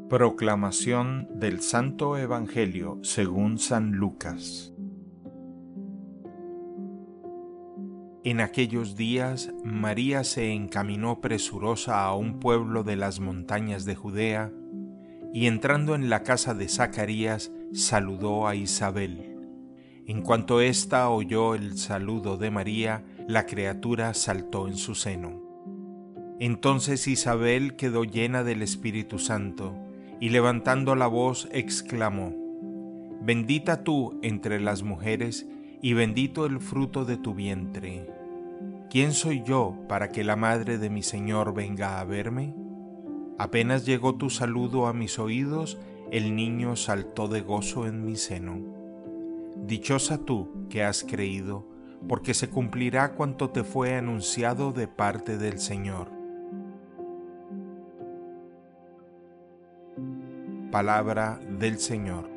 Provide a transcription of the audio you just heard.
Proclamación del Santo Evangelio según San Lucas. En aquellos días, María se encaminó presurosa a un pueblo de las montañas de Judea, y entrando en la casa de Zacarías, saludó a Isabel. En cuanto ésta oyó el saludo de María, la criatura saltó en su seno. Entonces Isabel quedó llena del Espíritu Santo, y levantando la voz exclamó: Bendita tú entre las mujeres, y bendito el fruto de tu vientre. ¿Quién soy yo para que la madre de mi Señor venga a verme? Apenas llegó tu saludo a mis oídos, el niño saltó de gozo en mi seno. Dichosa tú que has creído, porque se cumplirá cuanto te fue anunciado de parte del Señor. Palabra del Señor.